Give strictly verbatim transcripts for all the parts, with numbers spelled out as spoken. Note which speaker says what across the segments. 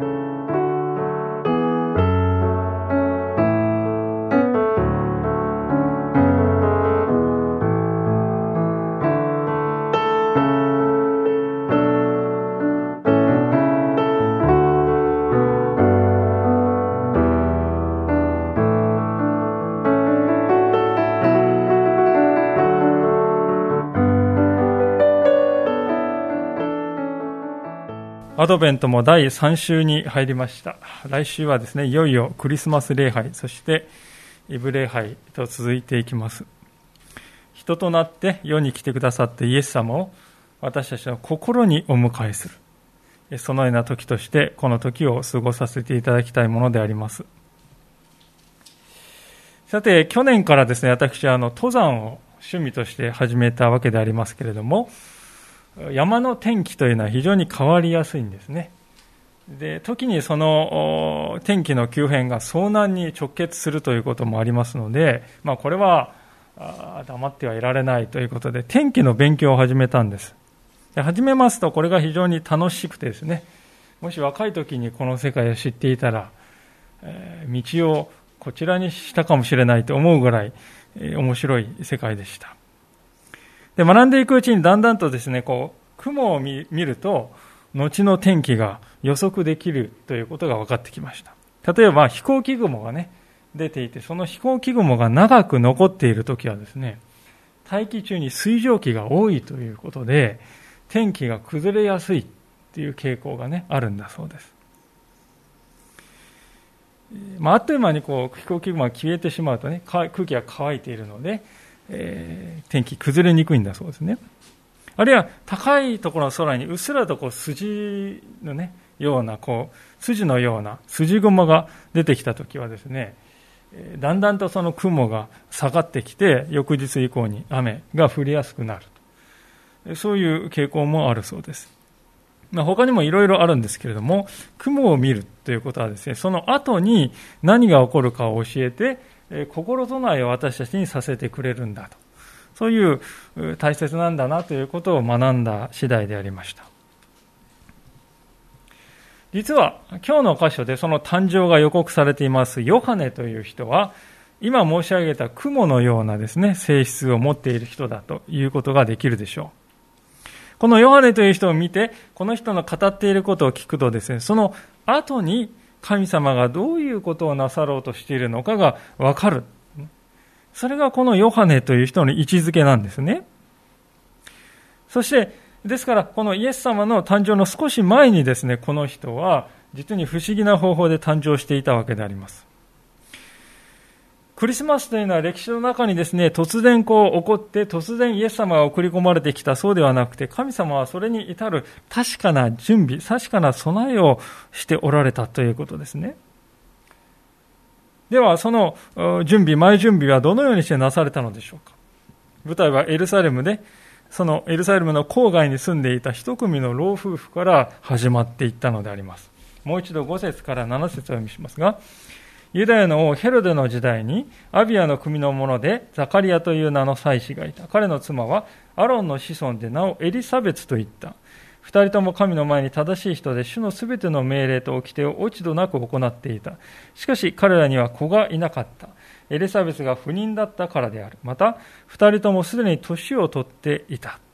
Speaker 1: アドベントもだいさん週に入りました。来週はですね、いよいよクリスマス礼拝、そしてイブ礼拝と続いていきます。人となって世に来てくださってイエス様を私たちの心にお迎えする、そのような時としてこの時を過ごさせていただきたいものであります。さて、去年からですね、私はあの登山を趣味として始めたわけでありますけれども、山の天気というのは非常に変わりやすいんですね。で、時にその天気の急変が遭難に直結するということもありますので、まあ、これは黙ってはいられないということで天気の勉強を始めたんです。で、始めますとこれが非常に楽しくてですね、もし若い時にこの世界を知っていたら、えー、道をこちらにしたかもしれないと思うぐらい、えー、面白い世界でした。で、学んでいくうちにだんだんとですね、こう雲を 見, 見ると後の天気が予測できるということが分かってきました。例えば飛行機雲がね出ていて、その飛行機雲が長く残っているときはですね、大気中に水蒸気が多いということで天気が崩れやすいという傾向がねあるんだそうです。まあ、あっという間にこう飛行機雲が消えてしまうとね、空気が乾いているので、えー、天気崩れにくいんだそうですね。あるいは高いところの空にうっすらとこう筋のねようなこう筋のような筋雲が出てきたときはですね、だんだんとその雲が下がってきて翌日以降に雨が降りやすくなると、そういう傾向もあるそうです。まあ、他にもいろいろあるんですけれども、雲を見るということはですね、その後に何が起こるかを教えて心備えを私たちにさせてくれるんだと、そういう大切なんだなということを学んだ次第でありました。実は今日の箇所でその誕生が予告されていますヨハネという人は、今申し上げた雲のようなですね性質を持っている人だということができるでしょう。このヨハネという人を見て、この人の語っていることを聞くとですね、その後に神様がどういうことをなさろうとしているのかがわかる。それがこのヨハネという人の位置づけなんですね。そしてですからこのイエス様の誕生の少し前にですね、この人は実に不思議な方法で誕生していたわけであります。クリスマスというのは歴史の中にですね、突然こう起こって突然イエス様が送り込まれてきた、そうではなくて、神様はそれに至る確かな準備、確かな備えをしておられたということですね。ではその準備、前準備はどのようにしてなされたのでしょうか。舞台はエルサレムで、そのエルサレムの郊外に住んでいた一組の老夫婦から始まっていったのであります。もう一度ご節からなな節を読みしますが、ユダヤの王ヘロデの時代にアビアの組の者でザカリアという名の祭司がいた。彼の妻はアロンの子孫で名をエリサベツと言った。二人とも神の前に正しい人で、主のすべての命令と掟を落ち度なく行っていた。しかし彼らには子がいなかった。エリザベスが不妊だったからである。また二人ともすでに年を取っていた。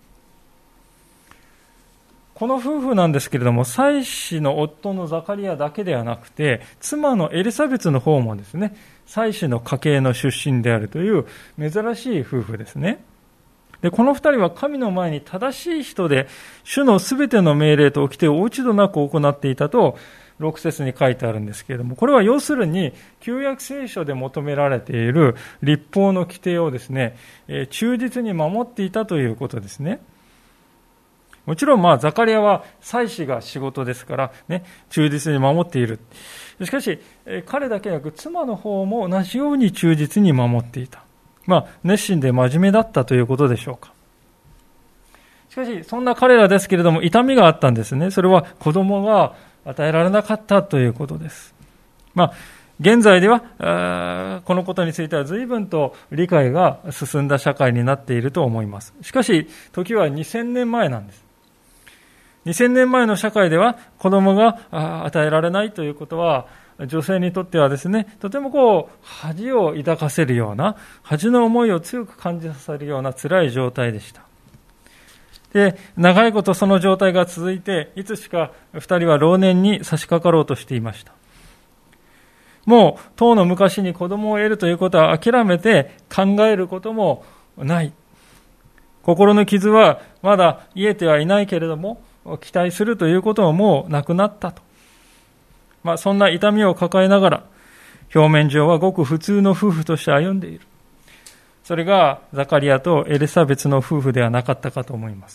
Speaker 1: この夫婦なんですけれども、祭司の夫のザカリアだけではなくて、妻のエリザベツの方もですね、祭司の家系の出身であるという珍しい夫婦ですね。で、この二人は神の前に正しい人で、主のすべての命令と掟を落ち度なく行っていたとろく節に書いてあるんですけれども、これは要するに旧約聖書で求められている律法の規定をですね、忠実に守っていたということですね。もちろんまあザカリアは祭司が仕事ですからね、忠実に守っている。しかし彼だけでなく妻の方も同じように忠実に守っていた。まあ熱心で真面目だったということでしょうか。しかしそんな彼らですけれども、痛みがあったんですね。それは子供が与えられなかったということです。まあ現在ではこのことについては随分と理解が進んだ社会になっていると思います。しかし時はにせんねんまえなんです。 にせんねんまえの社会では子供が与えられないということは、女性にとってはですね、とてもこう、恥を抱かせるような、恥の思いを強く感じさせるような辛い状態でした。で、長いことその状態が続いて、いつしか二人は老年に差し掛かろうとしていました。もう、当の昔に子供を得るということは諦めて考えることもない。心の傷はまだ癒えてはいないけれども、期待するということももうなくなったと。まあ、そんな痛みを抱えながら、表面上はごく普通の夫婦として歩んでいる。それがザカリアとエリザベスの夫婦ではなかったかと思います。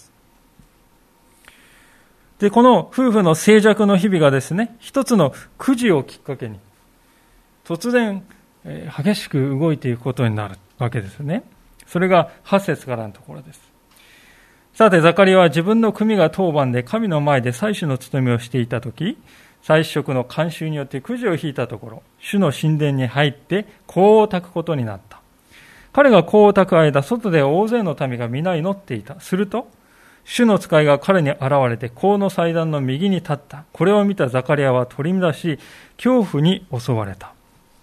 Speaker 1: で、この夫婦の静寂の日々がですね、一つのくじをきっかけに、突然、えー、激しく動いていくことになるわけですね。それがはち節からのところです。さて、ザカリアは自分の組が当番で神の前で祭司の務めをしていたとき、祭司職の慣習によってくじを引いたところ、主の神殿に入って香を焚くことになった。彼が香を焚く間、外で大勢の民が皆祈っていた。すると、主の使いが彼に現れて香の祭壇の右に立った。これを見たザカリアは取り乱し、恐怖に襲われた。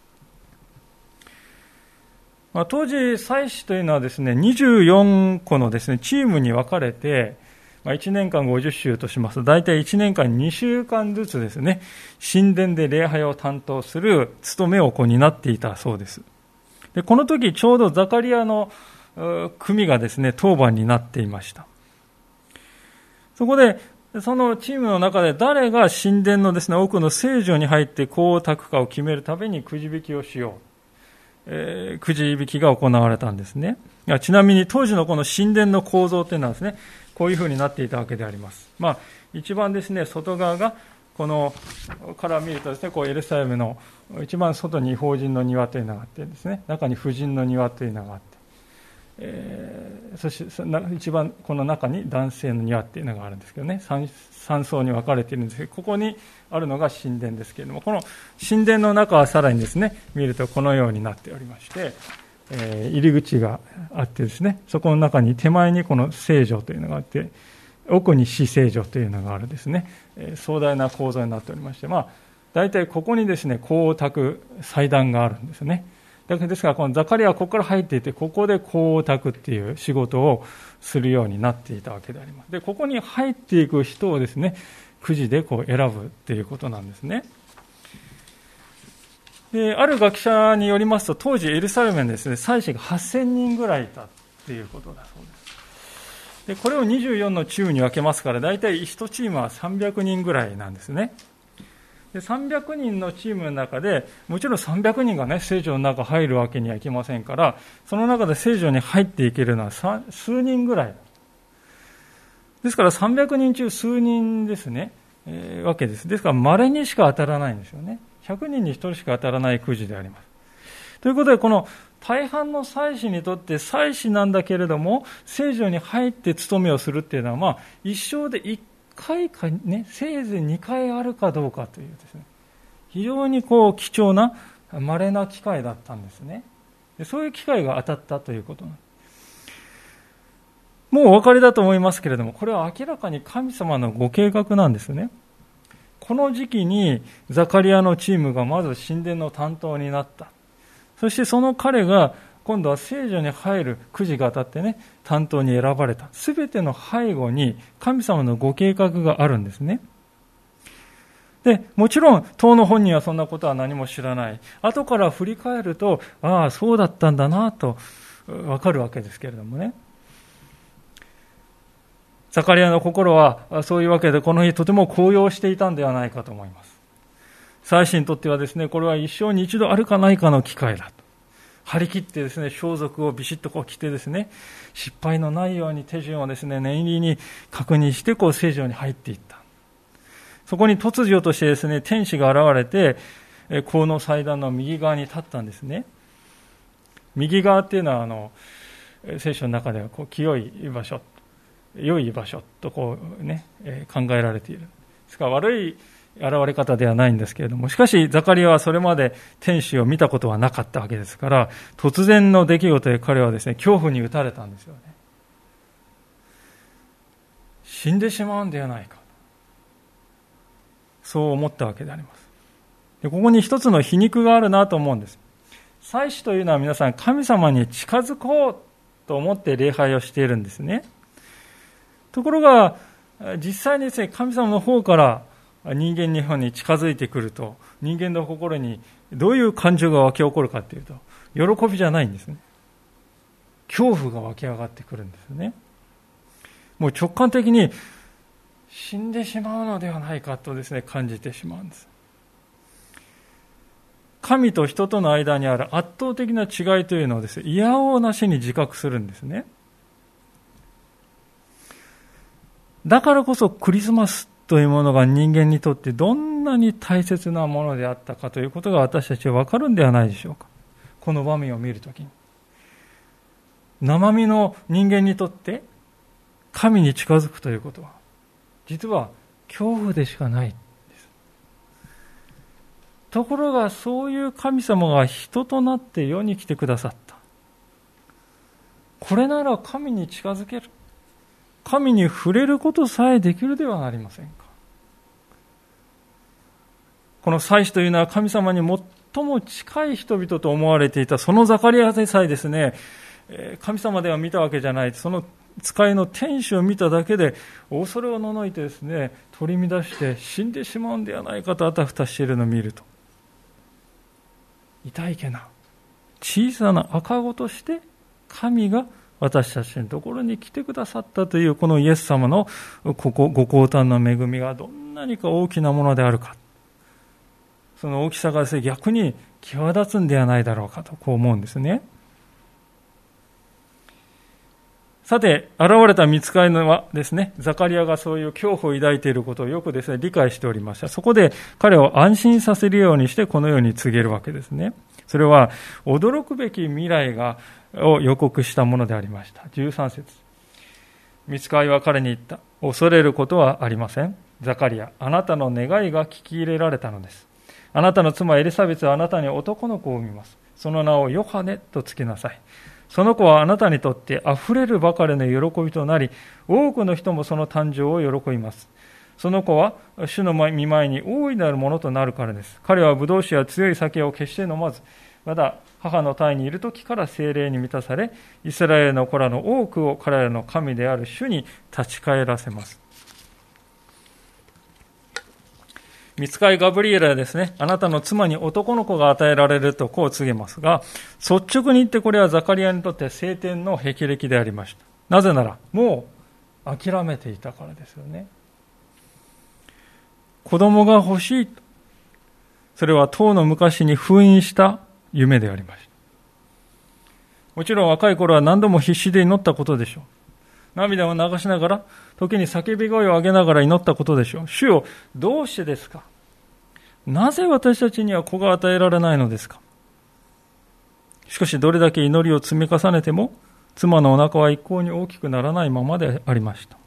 Speaker 1: まあ、当時、祭司というのはですね、にじゅうよんこのですね、チームに分かれて、まあ、いちねんかんごじゅっ週としますと、だいたいいちねんかんにしゅうかんずつですね、神殿で礼拝を担当する務めをこう担っていたそうです。で、この時ちょうどザカリアの組がですね、当番になっていました。そこで、そのチームの中で誰が神殿のですね、奥の聖所に入って香を焚くかを決めるためにくじ引きをしよう。えー、くじ引きが行われたんですね。ちなみに当時のこの神殿の構造というのはですね、こういうふうになっていたわけであります。まあ、一番ですね、外側が、この、から見るとですね、こうエルサレムの一番外に法人の庭というのがあってですね、中に婦人の庭というのがあって、えー、そして一番この中に男性の庭というのがあるんですけどね、三, 三層に分かれているんですけど、ここにあるのが神殿ですけれども、この神殿の中はさらにですね、見るとこのようになっておりまして、えー、入り口があってですね、そこの中に手前にこの聖所というのがあって、奥に至聖所というのがあるですね、えー、壮大な構造になっておりまして、まあ、大体ここにですね、香を焚く祭壇があるんですね。ですから、このザカリアはここから入っていて、ここで香を焚くっていう仕事をするようになっていたわけであります。で、ここに入っていく人をですね、くじでこう選ぶっていうことなんですね。で、ある学者によりますと、当時エルサレムにですね、祭司がはっせんにんぐらいいたっていうことだそうです。で、これをにじゅうよんのチームに分けますから、だいたいいちチームはさんびゃくにんぐらいなんですね。で、さんびゃくにんのチームの中で、もちろんさんびゃくにんがね、聖所の中入るわけにはいきませんから、その中で聖所に入っていけるのは数人ぐらい。ですからさんびゃくにん中数人ですね、えー、わけです。ですから稀にしか当たらないんですよね。ひゃくにんにひとりしか当たらないくじであります。ということで、この大半の祭司にとって祭司なんだけれども、聖所に入って務めをするっていうのは、まあ、一生で一回かね、せいぜいにかいあるかどうかというですね、非常にこう貴重な稀な機会だったんですね。で、そういう機会が当たったということなんです。もうお分かりだと思いますけれども、これは明らかに神様のご計画なんですね。この時期にザカリアのチームがまず神殿の担当になった。そしてその彼が今度は聖所に入るくじが当たってね、担当に選ばれた。すべての背後に神様のご計画があるんですね。で、もちろん当の本人はそんなことは何も知らない。後から振り返ると、ああ、そうだったんだなとわかるわけですけれどもね。ザカリアの心はそういうわけで、この日とても高揚していたんではないかと思います。祭司にとってはですね、これは一生に一度あるかないかの機会だと。張り切ってですね、装束をビシッとこう着てですね、失敗のないように手順をですね、念入りに確認して、こう聖所に入っていった。そこに突如としてですね、天使が現れて、香の祭壇の右側に立ったんですね。右側っていうのは、あの、聖書の中ではこう清い場所、良い場所とこうね、考えられている。ですから悪い現れ方ではないんですけれども、しかしザカリアはそれまで天使を見たことはなかったわけですから、突然の出来事で彼はですね、恐怖に打たれたんですよね。死んでしまうんではないか。 そう思ったわけであります。で、ここに一つの皮肉があるなと思うんです。祭司というのは皆さん神様に近づこうと思って礼拝をしているんですね。ところが実際にですね、神様の方から人間の方に近づいてくると、人間の心にどういう感情が湧き起こるかというと、喜びじゃないんですね。恐怖が湧き上がってくるんですね。もう直感的に死んでしまうのではないかとですね、感じてしまうんです。神と人との間にある圧倒的な違いというのをですね、いやおうなしに自覚するんですね。だからこそクリスマスというものが人間にとってどんなに大切なものであったかということが私たちは分かるんではないでしょうか。この場面を見るときに。生身の人間にとって神に近づくということは、実は恐怖でしかない。ところがそういう神様が人となって世に来てくださった。これなら神に近づける。神に触れることさえできるではありませんか。この祭司というのは神様に最も近い人々と思われていたそのザカリアでさえですね、神様では見たわけじゃない。その使いの天使を見ただけで恐れをののいてですね、取り乱して死んでしまうんではないかとあたふたしているのを見ると、痛いけな小さな赤子として神が私たちのところに来てくださったというこのイエス様のここご降誕の恵みがどんなにか大きなものであるか、その大きさがですね、逆に際立つんではないだろうかとこう思うんですね。さて、現れた御使いのはですね、ザカリアがそういう恐怖を抱いていることをよくですね、理解しておりました。そこで彼を安心させるようにしてこのように告げるわけですね。それは驚くべき未来がを予告したものでありました。じゅうさん節。御使いは彼に言った。恐れることはありません。ザカリア、あなたの願いが聞き入れられたのです。あなたの妻エリサベツはあなたに男の子を産みます。その名をヨハネとつけなさい。その子はあなたにとってあふれるばかりの喜びとなり、多くの人もその誕生を喜びます。その子は主の御前に大いなるものとなるからです。彼はブドウ酒や強い酒を決して飲まず、まだ母の胎にいる時から聖霊に満たされ、イスラエルの子らの多くを彼らの神である主に立ち返らせます。御使いガブリエルはですね、あなたの妻に男の子が与えられるとこう告げますが、率直に言ってこれはザカリアにとって聖天の霹靂でありました。なぜなら、もう諦めていたからですよね。子供が欲しい。それは当の昔に封印した夢でありました。もちろん若い頃は何度も必死で祈ったことでしょう。涙を流しながら、時に叫び声を上げながら祈ったことでしょう。主よ、どうしてですか？なぜ私たちには子が与えられないのですか？しかしどれだけ祈りを積み重ねても、妻のお腹は一向に大きくならないままでありました。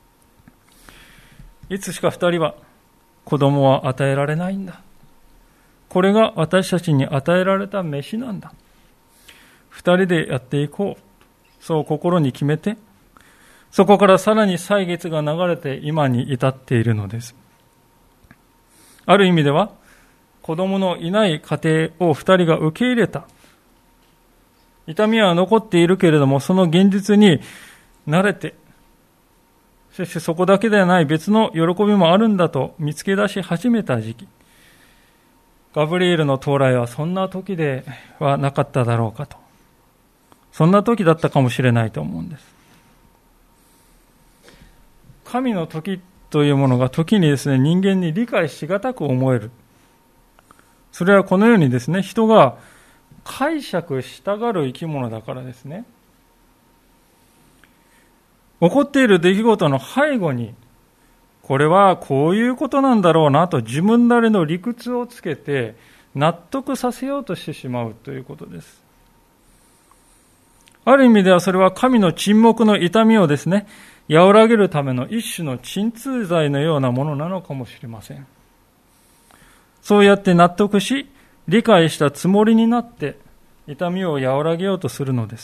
Speaker 1: いつしか二人は、子供は与えられないんだ。これが私たちに与えられた飯なんだ。二人でやっていこう。そう心に決めて、そこからさらに歳月が流れて今に至っているのです。ある意味では、子供のいない家庭を二人が受け入れた。痛みは残っているけれども、その現実に慣れて、そしてそこだけではない別の喜びもあるんだと見つけ出し始めた時期。ガブリエルの到来はそんな時ではなかっただろうかと。そんな時だったかもしれないと思うんです。神の時というものが時にですね、人間に理解しがたく思える。それはこのようにですね、人が解釈したがる生き物だからですね。起こっている出来事の背後に、これはこういうことなんだろうなと自分なりの理屈をつけて納得させようとしてしまうということです。ある意味ではそれは神の沈黙の痛みをですね、和らげるための一種の鎮痛剤のようなものなのかもしれません。そうやって納得し、理解したつもりになって、痛みを和らげようとするのです。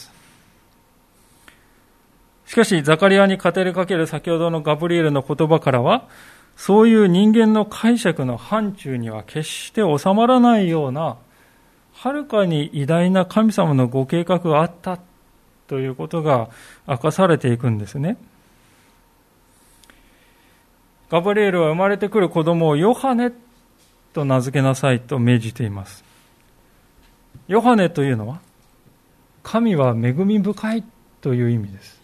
Speaker 1: しかし、ザカリアに語りかける先ほどのガブリエルの言葉からは、 そういう人間の解釈の範疇には決して収まらないような、はるかに偉大な神様のご計画があったということが明かされていくんですね。ガブリエルは生まれてくる子供をヨハネと名付けなさいと命じています。ヨハネというのは、神は恵み深いという意味です。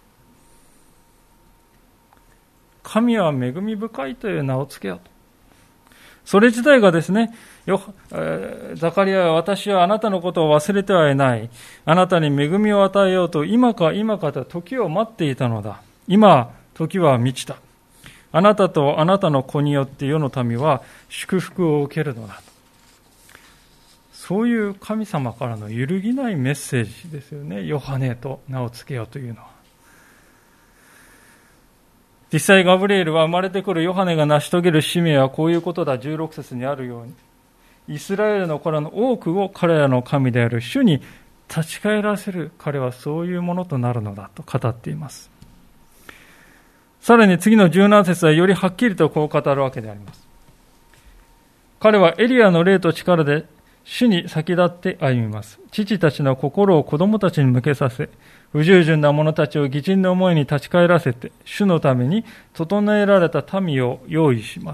Speaker 1: 神は恵み深いという名を付けようと。それ自体がですね、よザカリアは、私はあなたのことを忘れてはいない。あなたに恵みを与えようと今か今かと時を待っていたのだ。今、時は満ちた。あなたとあなたの子によって世の民は祝福を受けるのだと。そういう神様からの揺るぎないメッセージですよね。ヨハネと名を付けようというのは。実際ガブリエルは生まれてくるヨハネが成し遂げる使命はこういうことだ。じゅうろく節にあるように、イスラエルの子らの多くを彼らの神である主に立ち返らせる彼はそういうものとなるのだと語っています。さらに次のじゅうなな節はよりはっきりとこう語るわけであります。彼はエリアの霊と力で主に先立って歩みます。父たちの心を子供たちに向けさせ、不従順な者たちを義人の思いに立ち返らせて、主のために整えられた民を用意します。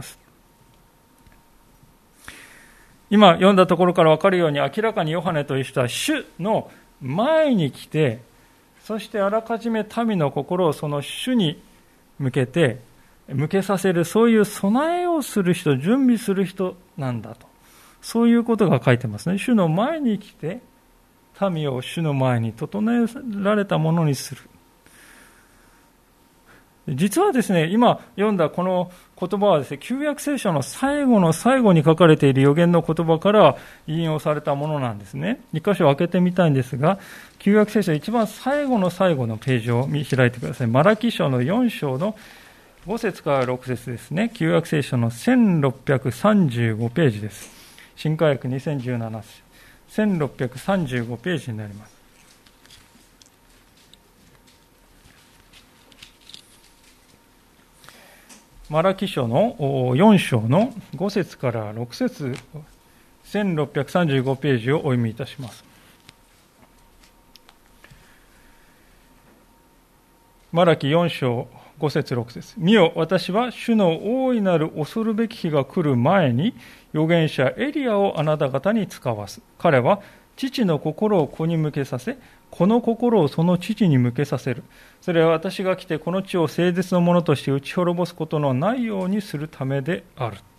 Speaker 1: 今読んだところから分かるように、明らかにヨハネという人は主の前に来て、そしてあらかじめ民の心をその主に向けて、向けさせる、そういう備えをする人、準備する人なんだと。そういうことが書いてますね。主の前に来て、民を主の前に整えられたものにする。実はですね、今読んだこの言葉はですね、旧約聖書の最後の最後に書かれている預言の言葉から引用されたものなんですね。一箇所開けてみたいんですが、旧約聖書一番最後の最後のページを開いてください。マラキ書のよん章のご節からろく節ですね。旧約聖書のせんろっぴゃくさんじゅうごページです。新科学にせんじゅうなな、せんろっぴゃくさんじゅうごページになります。マラキ書のよん章のご節からろく節、せんろっぴゃくさんじゅうごページをお読みいたします。マラキよん章ご節ろく節。見よ、私は主の大いなる恐るべき日が来る前に、預言者エリアをあなた方に使わす。彼は父の心を子に向けさせ、子の心をその父に向けさせる。それは私が来てこの地を誠実のものとして打ち滅ぼすことのないようにするためである。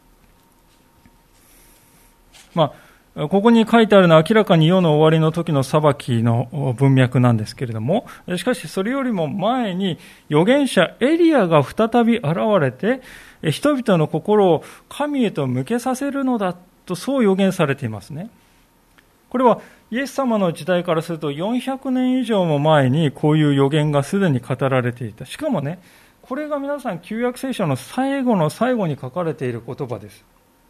Speaker 1: まあ、ここに書いてあるのは明らかに世の終わりの時の裁きの文脈なんですけれども、しかしそれよりも前に預言者エリアが再び現れて、人々の心を神へと向けさせるのだと、そう予言されていますね。これはイエス様の時代からするとよんひゃくねん以上も前にこういう予言がすでに語られていた。しかもね、これが皆さん旧約聖書の最後の最後に書かれている言葉です。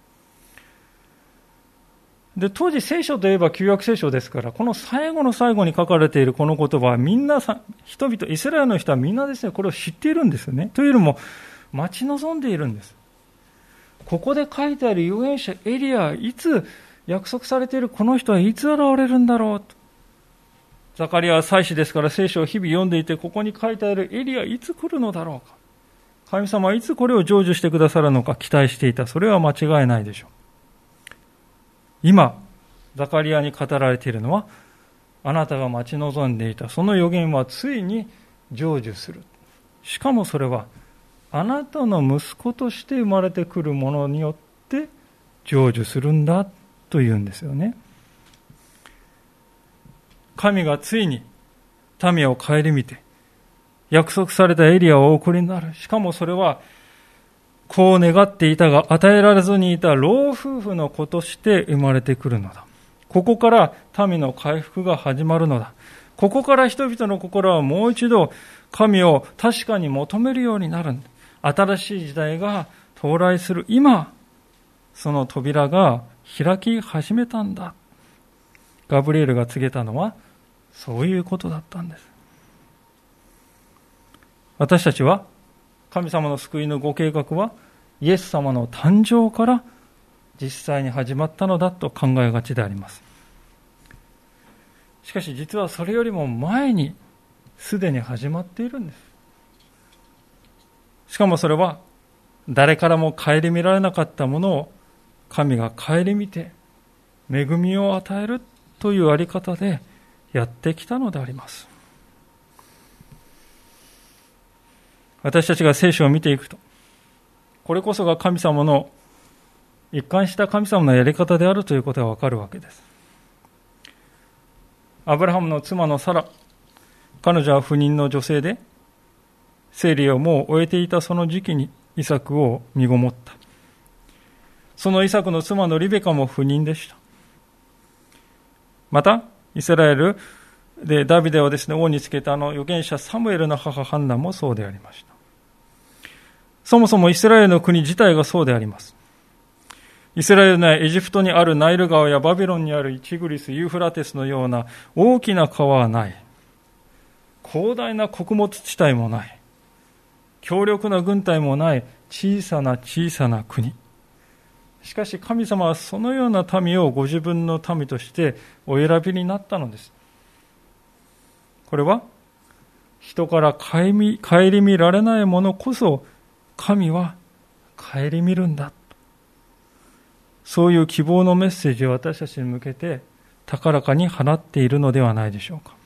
Speaker 1: で、当時聖書といえば旧約聖書ですから、この最後の最後に書かれているこの言葉はみんなさ、人々、イスラエルの人はみんなですね、これを知っているんですよね。というよりも、待ち望んでいるんです。ここで書いてある預言者エリア、いつ約束されているこの人はいつ現れるんだろうと。ザカリアは祭司ですから聖書を日々読んでいて、ここに書いてあるエリアいつ来るのだろうか。神様はいつこれを成就してくださるのか期待していた。それは間違いないでしょう。今、ザカリアに語られているのは、あなたが待ち望んでいたその預言はついに成就する。しかもそれは、あなたの息子として生まれてくるものによって成就するんだというんですよね。神がついに民を顧みて、約束されたエリアをお送りになる。しかもそれは、こう願っていたが与えられずにいた老夫婦の子として生まれてくるのだ。ここから民の回復が始まるのだ。ここから人々の心はもう一度神を確かに求めるようになる。新しい時代が到来する今、その扉が開き始めたんだ。ガブリエルが告げたのはそういうことだったんです。私たちは神様の救いのご計画はイエス様の誕生から実際に始まったのだと考えがちであります。しかし実はそれよりも前にすでに始まっているんです。しかもそれは誰からも顧みられなかったものを神が顧みて恵みを与えるというあり方でやってきたのであります。私たちが聖書を見ていくと、これこそが神様の一貫した神様のやり方であるということがわかるわけです。アブラハムの妻のサラ、彼女は不妊の女性で、生理をもう終えていたその時期にイサクを身ごもった。そのイサクの妻のリベカも不妊でした。また、イスラエルでダビデをですね、王につけたあの預言者サムエルの母ハンナもそうでありました。そもそもイスラエルの国自体がそうであります。イスラエル内エジプトにあるナイル川やバビロンにあるチグリス、ユーフラテスのような大きな川はない。広大な穀物地帯もない。強力な軍隊もない小さな小さな国。しかし神様はそのような民をご自分の民としてお選びになったのです。これは人から顧み、顧みられないものこそ神は顧みるんだ。そういう希望のメッセージを私たちに向けて高らかに放っているのではないでしょうか。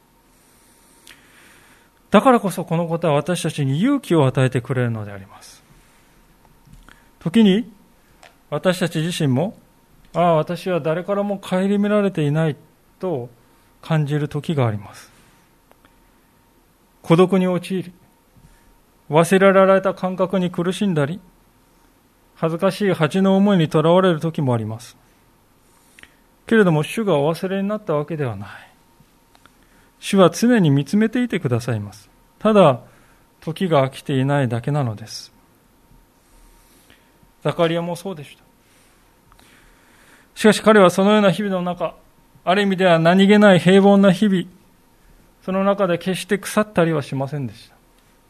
Speaker 1: だからこそこのことは私たちに勇気を与えてくれるのであります。時に私たち自身も、ああ、私は誰からも顧みられていないと感じる時があります。孤独に陥り、忘れられた感覚に苦しんだり、恥ずかしい恥の思いにとらわれる時もあります。けれども主がお忘れになったわけではない。主は常に見つめていてくださいます。ただ、時が来ていないだけなのです。ザカリアもそうでした。しかし彼はそのような日々の中、ある意味では何気ない平凡な日々、その中で決して腐ったりはしませんでした。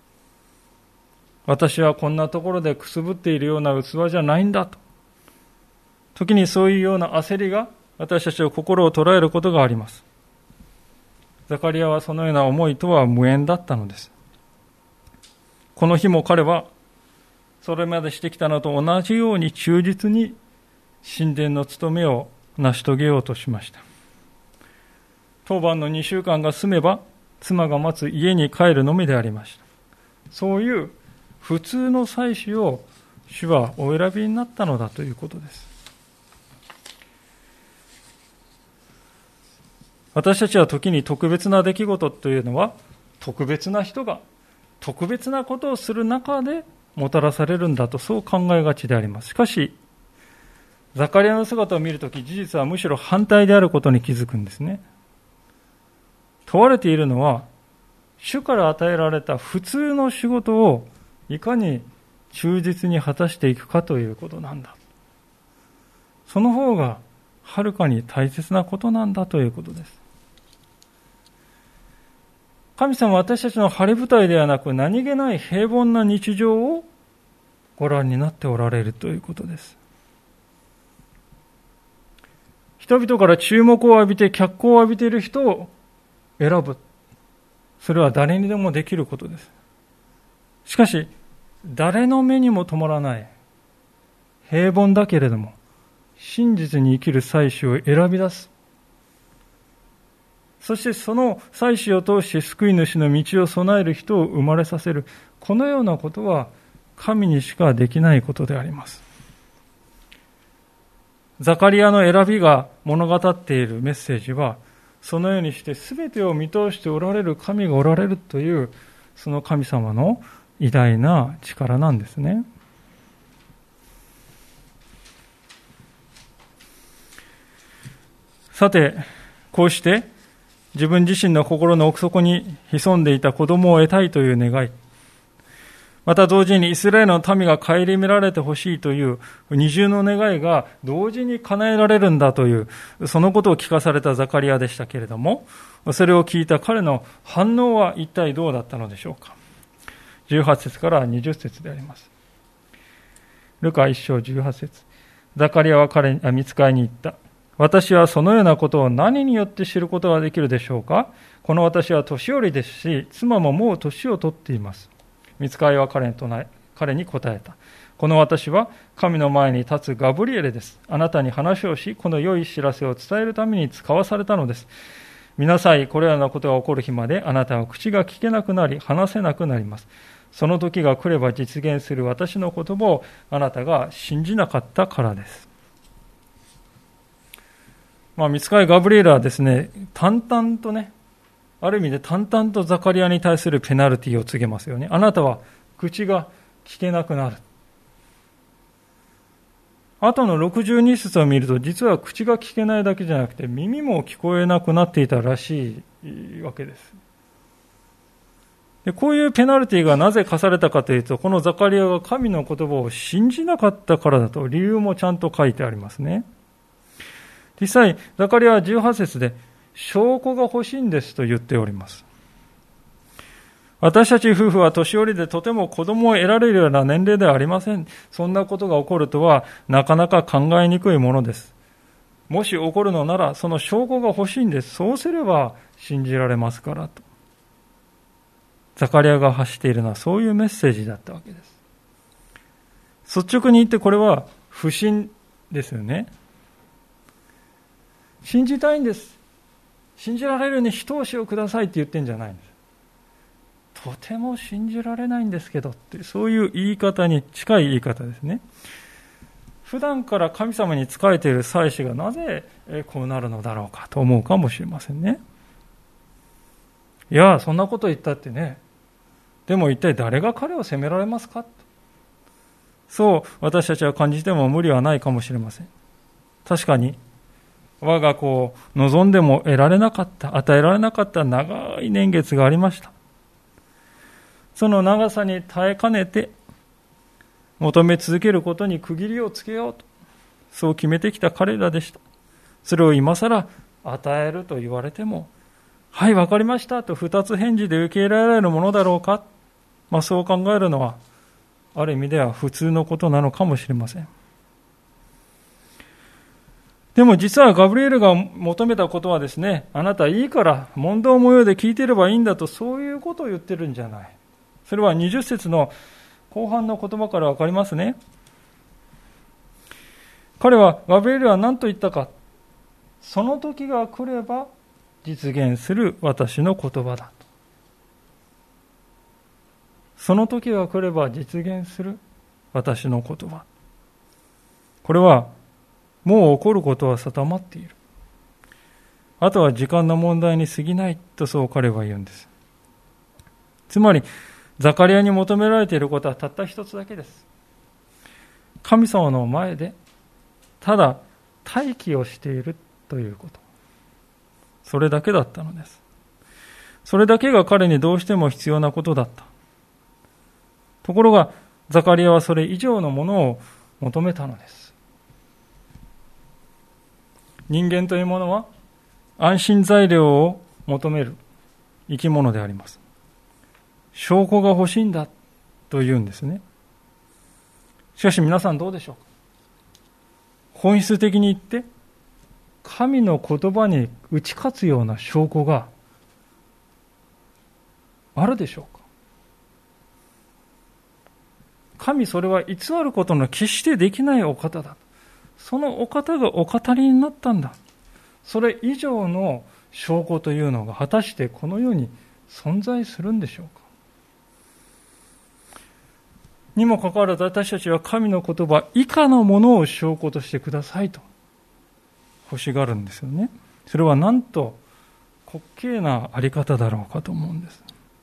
Speaker 1: 私はこんなところでくすぶっているような器じゃないんだと。時にそういうような焦りが私たちの心を捉えることがあります。ザカリアはそのような思いとは無縁だったのです。この日も彼はそれまでしてきたのと同じように忠実に神殿の務めを成し遂げようとしました。当番のにしゅうかんが済めば妻が待つ家に帰るのみでありました。そういう普通の祭司を主はお選びになったのだということです。私たちは時に特別な出来事というのは特別な人が特別なことをする中でもたらされるんだとそう考えがちであります。しかしザカリアの姿を見るとき、事実はむしろ反対であることに気づくんですね。問われているのは主から与えられた普通の仕事をいかに忠実に果たしていくかということなんだ。その方がはるかに大切なことなんだということです。神様は私たちの晴れ舞台ではなく何気ない平凡な日常をご覧になっておられるということです。人々から注目を浴びて脚光を浴びている人を選ぶ。それは誰にでもできることです。しかし、誰の目にも止まらない平凡だけれども真実に生きる祭司を選び出す。そしてその祭司を通して救い主の道を備える人を生まれさせる。このようなことは神にしかできないことであります。ザカリアの選びが物語っているメッセージは、そのようにして全てを見通しておられる神がおられるという、その神様の偉大な力なんですね。さて、こうして自分自身の心の奥底に潜んでいた子供を得たいという願い、また同時にイスラエルの民が顧みられてほしいという二重の願いが同時に叶えられるんだという、そのことを聞かされたザカリアでしたけれども、それを聞いた彼の反応は一体どうだったのでしょうか。じゅうはち節からにじゅっ節であります。 ルカ一章十八節。ザカリアは彼に、あ、御使いに言った。私はそのようなことを何によって知ることができるでしょうか。この私は年寄りですし、妻ももう年を取っています。御使いは彼に唱え、彼に答えた。この私は神の前に立つガブリエレです。あなたに話をし、この良い知らせを伝えるために使わされたのです。見なさい、これらのことが起こる日まであなたは口が聞けなくなり、話せなくなります。その時が来れば実現する私の言葉をあなたが信じなかったからです。まあ、御使いガブリエルはですね、淡々とね、ある意味で淡々とザカリアに対するペナルティを告げますよね。あなたは口が聞けなくなる。あとのろくじゅうに節を見ると、実は口が聞けないだけじゃなくて、耳も聞こえなくなっていたらしいわけです。で、こういうペナルティがなぜ課されたかというと、このザカリアが神の言葉を信じなかったからだと、理由もちゃんと書いてありますね。実際、ザカリアはじゅうはち節で、証拠が欲しいんですと言っております。私たち夫婦は年寄りでとても子供を得られるような年齢ではありません。そんなことが起こるとはなかなか考えにくいものです。もし起こるのならその証拠が欲しいんです。そうすれば信じられますからと。ザカリアが発しているのはそういうメッセージだったわけです。率直に言ってこれは不信ですよね。信じたいんです。信じられるように一押しをくださいって言ってんじゃないんです。とても信じられないんですけどって、そういう言い方に近い言い方ですね。普段から神様に仕えている祭司がなぜこうなるのだろうかと思うかもしれませんね。いや、そんなこと言ったってね、でも一体誰が彼を責められますか？そう私たちは感じても無理はないかもしれません。確かに我が子を望んでも得られなかった、与えられなかった長い年月がありました。その長さに耐えかねて求め続けることに区切りをつけようと、そう決めてきた彼らでした。それを今更与えると言われても、はい、わかりましたと二つ返事で受け入れられるものだろうか、まあ、そう考えるのはある意味では普通のことなのかもしれません。でも実はガブリエルが求めたことはですね、あなたいいから問答模様で聞いていればいいんだと、そういうことを言ってるんじゃない。それはにじゅっ節の後半の言葉からわかりますね。彼は、ガブリエルは何と言ったか。その時が来れば実現する私の言葉だと。その時が来れば実現する私の言葉。これはもう起こることは定まっている。あとは時間の問題に過ぎないと、そう彼は言うんです。つまりザカリアに求められていることはたった一つだけです。神様の前でただ待機をしているということ。それだけだったのです。それだけが彼にどうしても必要なことだった。ところがザカリアはそれ以上のものを求めたのです。人間というものは安心材料を求める生き物であります。証拠が欲しいんだと言うんですね。しかし皆さんどうでしょうか。本質的に言って神の言葉に打ち勝つような証拠があるでしょうか。神それは偽ることの決してできないお方だ。そのお方がお語りになったんだ。それ以上の証拠というのが果たしてこの世に存在するんでしょうか。にもかかわらず私たちは神の言葉以下のものを証拠としてくださいと欲しがるんですよね。それはなんと滑稽なあり方だろうかと思うんです。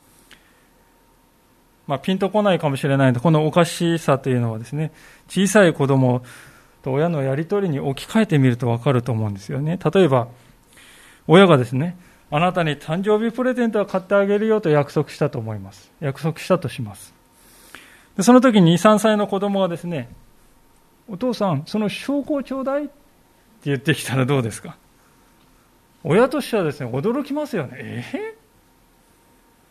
Speaker 1: まあ、ピンとこないかもしれないので、このおかしさというのはですね、小さい子供と親のやり取りに置き換えてみるとわかると思うんですよね。例えば親がですね、あなたに誕生日プレゼントを買ってあげるよと約束したと思います。約束したとします。でその時にに、さんさいの子供がですね、お父さんその証拠をちょうだいって言ってきたらどうですか。親としてはですね、驚きますよね。え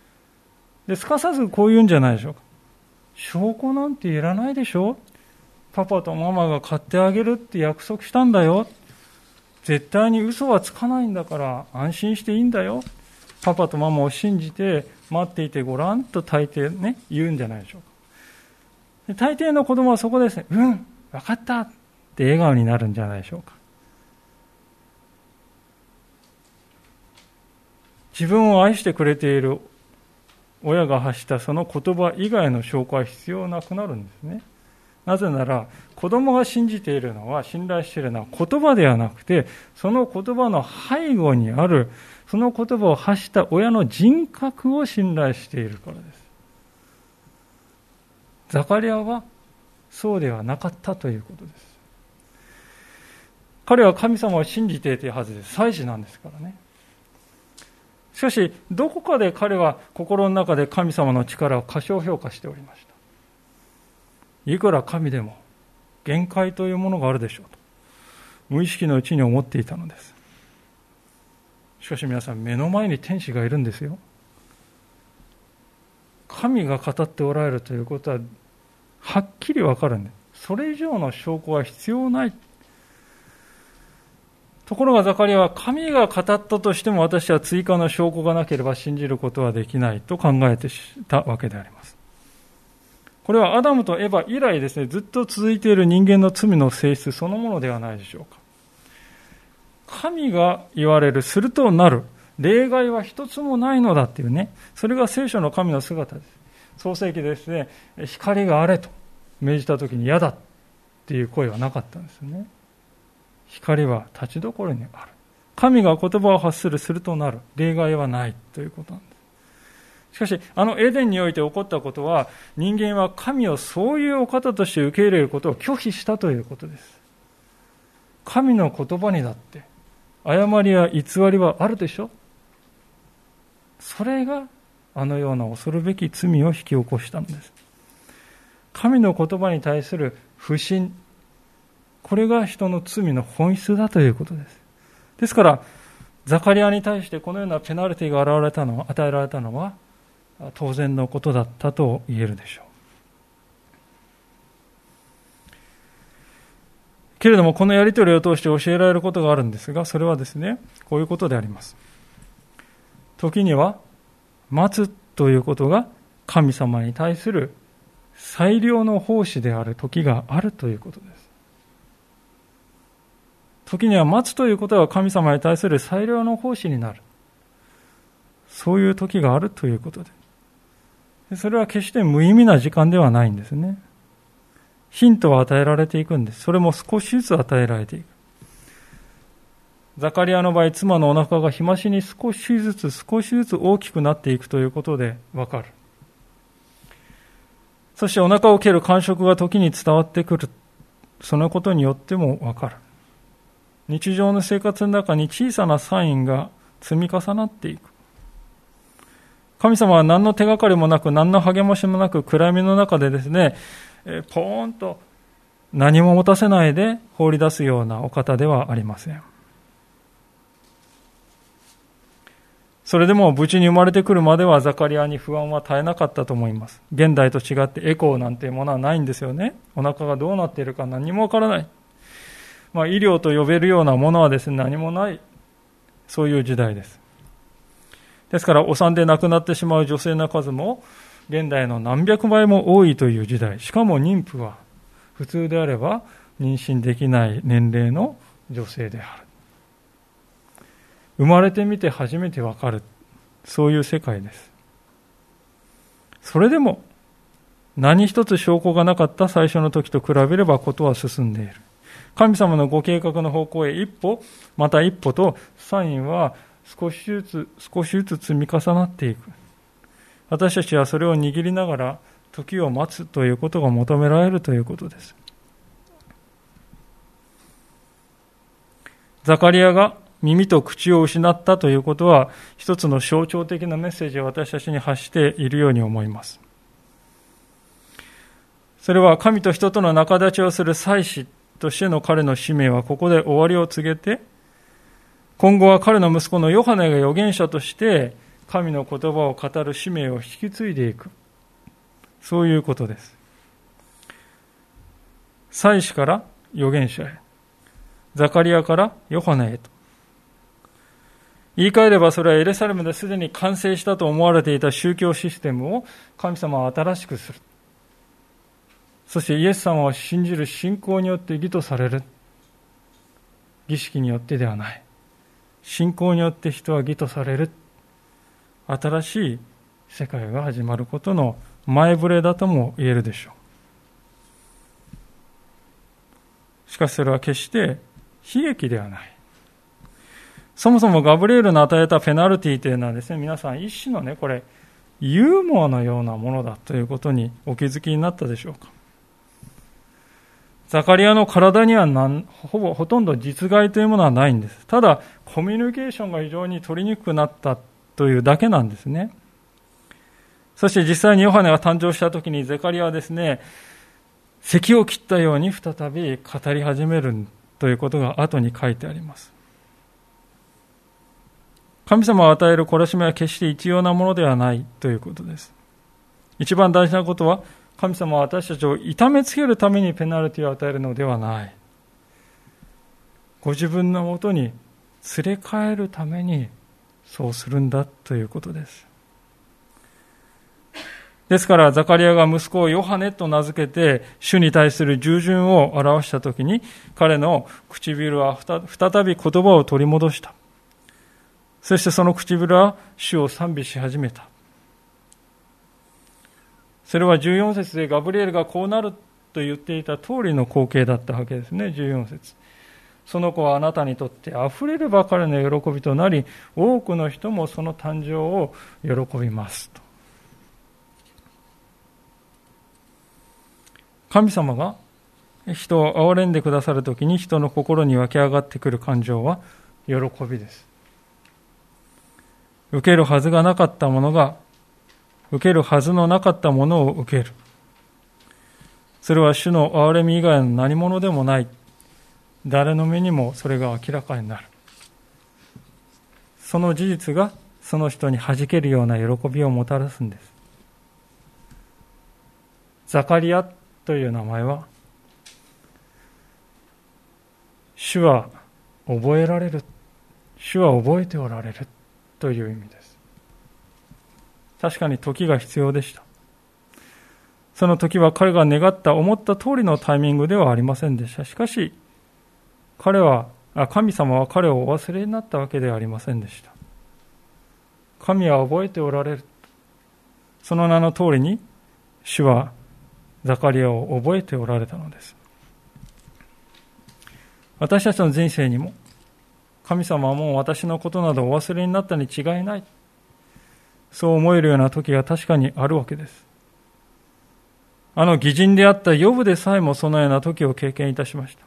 Speaker 1: ー、ですかさずこう言うんじゃないでしょうか。証拠なんていらないでしょ。 パパとママが買ってあげるって約束したんだよ。絶対に嘘はつかないんだから安心していいんだよ。パパとママを信じて待っていてごらんと大抵ね、言うんじゃないでしょうか。で大抵の子供はそこですね、うん、分かったって笑顔になるんじゃないでしょうか。自分を愛してくれている親が発したその言葉以外の証拠は必要なくなるんですね。なぜなら、子供が信じているのは、信頼しているのは言葉ではなくて、その言葉の背後にある、その言葉を発した親の人格を信頼しているからです。ザカリアはそうではなかったということです。彼は神様を信じていたはずです。祭司なんですからね。しかし、どこかで彼は心の中で神様の力を過小評価しておりました。いくら神でも限界というものがあるでしょうと、無意識のうちに思っていたのです。しかし皆さん、目の前に天使がいるんですよ。神が語っておられるということははっきりわかるんです。それ以上の証拠は必要ない。ところがザカリアは、神が語ったとしても私は追加の証拠がなければ信じることはできないと考えていたわけであります。これはアダムとエバ以来ですね、ずっと続いている人間の罪の性質そのものではないでしょうか。神が言われる、するとなる、例外は一つもないのだっていうね、それが聖書の神の姿です。創世記でですね、光があれと命じたときに嫌だっていう声はなかったんですね。光は立ちどころにある。神が言葉を発する、するとなる、例外はないということなんです。しかし、あのエデンにおいて起こったことは、人間は神をそういうお方として受け入れることを拒否したということです。神の言葉にだって誤りや偽りはあるでしょ。それがあのような恐るべき罪を引き起こしたのです。神の言葉に対する不信、これが人の罪の本質だということです。ですから、ザカリアに対してこのようなペナルティが現れたのは、与えられたのは当然のことだったと言えるでしょう。けれども、このやり取りを通して教えられることがあるんですが、それはですね、こういうことであります。時には待つということが神様に対する最良の奉仕である時があるということです。時には待つということが神様に対する最良の奉仕になる。そういう時があるということで。それは決して無意味な時間ではないんですね。ヒントは与えられていくんです。それも少しずつ与えられていく。ザカリアの場合、妻のお腹が日増しに少しずつ少しずつ大きくなっていくということでわかる。そしてお腹を蹴る感触が時に伝わってくる。そのことによってもわかる。日常の生活の中に小さなサインが積み重なっていく。神様は何の手がかりもなく、何の励ましもなく、暗闇の中でですね、ポーンと何も持たせないで放り出すようなお方ではありません。それでも無事に生まれてくるまではザカリアに不安は絶えなかったと思います。現代と違ってエコーなんていうものはないんですよね。お腹がどうなっているか何もわからない。まあ、医療と呼べるようなものはですね、何もない。そういう時代です。ですから、お産で亡くなってしまう女性の数も現代の何百倍も多いという時代。しかも妊婦は普通であれば妊娠できない年齢の女性である。生まれてみて初めてわかる。そういう世界です。それでも何一つ証拠がなかった最初の時と比べればことは進んでいる。神様のご計画の方向へ一歩、また一歩とサインは少しずつ少しずつ積み重なっていく。私たちはそれを握りながら時を待つということが求められるということです。ザカリアが耳と口を失ったということは一つの象徴的なメッセージを私たちに発しているように思います。それは神と人との仲立ちをする祭司としての彼の使命はここで終わりを告げて、今後は彼の息子のヨハネが預言者として神の言葉を語る使命を引き継いでいく。そういうことです。 祭司から預言者へ、ザカリアからヨハネへと。言い換えればそれはエルサレムですでに完成したと思われていた宗教システムを神様は新しくする。そしてイエス様を信じる信仰によって義とされる。儀式によってではない。信仰によって人は義とされる。新しい世界が始まることの前触れだとも言えるでしょう。しかしそれは決して悲劇ではない。そもそもガブリエルの与えたペナルティというのはですね、皆さん一種のね、これ、ユーモアのようなものだということにお気づきになったでしょうか。ザカリアの体にはなんほぼほとんど実害というものはないんです。ただ、コミュニケーションが非常に取りにくくなったというだけなんですね。そして実際にヨハネが誕生したときにザカリアはですね、咳を切ったように再び語り始めるということが後に書いてあります。神様が与える懲らしめは決して一様なものではないということです。一番大事なことは、神様は私たちを痛めつけるためにペナルティを与えるのではない。ご自分のもとに連れ帰るためにそうするんだということです。ですからザカリアが息子をヨハネと名付けて主に対する従順を表したときに、彼の唇は再び言葉を取り戻した。そしてその唇は主を賛美し始めた。それはじゅうよん節でガブリエルがこうなると言っていた通りの光景だったわけですね。じゅうよん節。その子はあなたにとってあふれるばかりの喜びとなり、多くの人もその誕生を喜びますと。神様が人を憐れんでくださるときに人の心に湧き上がってくる感情は喜びです。受けるはずがなかったものが、受けるはずのなかったものを受ける。それは主の憐れみ以外の何者でもない。誰の目にもそれが明らかになる。その事実がその人に弾けるような喜びをもたらすんです。ザカリアという名前は、主は覚えられる、主は覚えておられるという意味です。確かに時が必要でした。その時は彼が願った思った通りのタイミングではありませんでした。しかし彼は神様は彼をお忘れになったわけではありませんでした。神は覚えておられる。その名の通りに主はザカリアを覚えておられたのです。私たちの人生にも神様はもう私のことなどお忘れになったに違いない、そう思えるような時が確かにあるわけです。あの義人であったヨブでさえもそのような時を経験いたしました。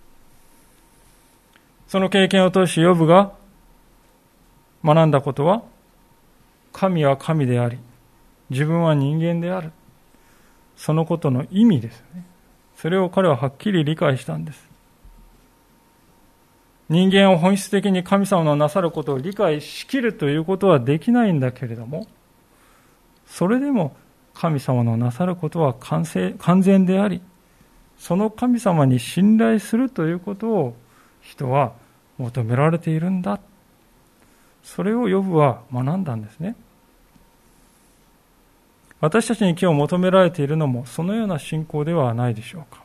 Speaker 1: その経験を通してヨブが学んだことは、神は神であり自分は人間である、そのことの意味ですね。それを彼ははっきり理解したんです。人間を本質的に神様のなさることを理解しきるということはできないんだけれども、それでも神様のなさることは完成、完全であり、その神様に信頼するということを人は求められているんだ。それをヨブは学んだんですね。私たちに今日求められているのもそのような信仰ではないでしょうか。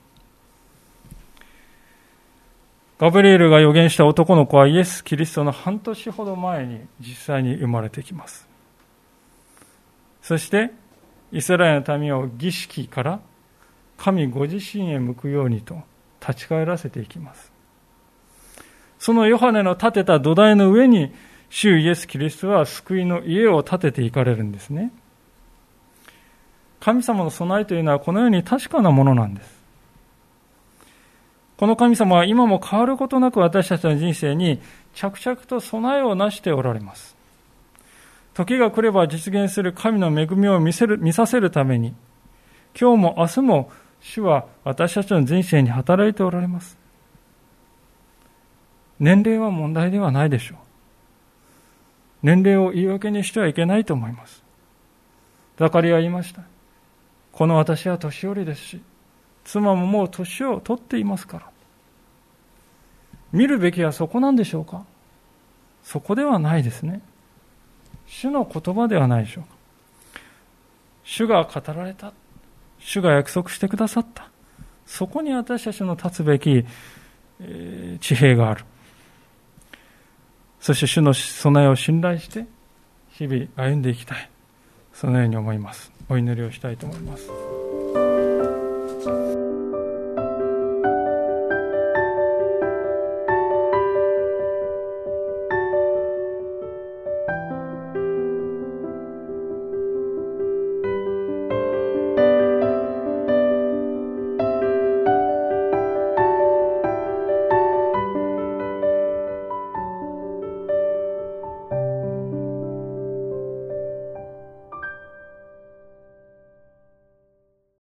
Speaker 1: ガブリエルが預言した男の子はイエス・キリストの半年ほど前に実際に生まれてきます。そしてイスラエルの民を儀式から神ご自身へ向くようにと立ち返らせていきます。そのヨハネの建てた土台の上に主イエス・キリストは救いの家を建てていかれるんですね。神様の備えというのはこのように確かなものなんです。この神様は今も変わることなく私たちの人生に着々と備えをなしておられます。時が来れば実現する神の恵みを見せる、見させるために、今日も明日も主は私たちの人生に働いておられます。年齢は問題ではないでしょう。年齢を言い訳にしてはいけないと思います。ザカリアは言いました。この私は年寄りですし、 妻ももう年を取っていますから。見るべきはそこなんでしょうか？そこではないですね。主の言葉ではないでしょうか。主が語られた。主が約束してくださった。そこに私たちの立つべき、えー、地平がある。そして主の備えを信頼して日々歩んでいきたい。そのように思います。お祈りをしたいと思います。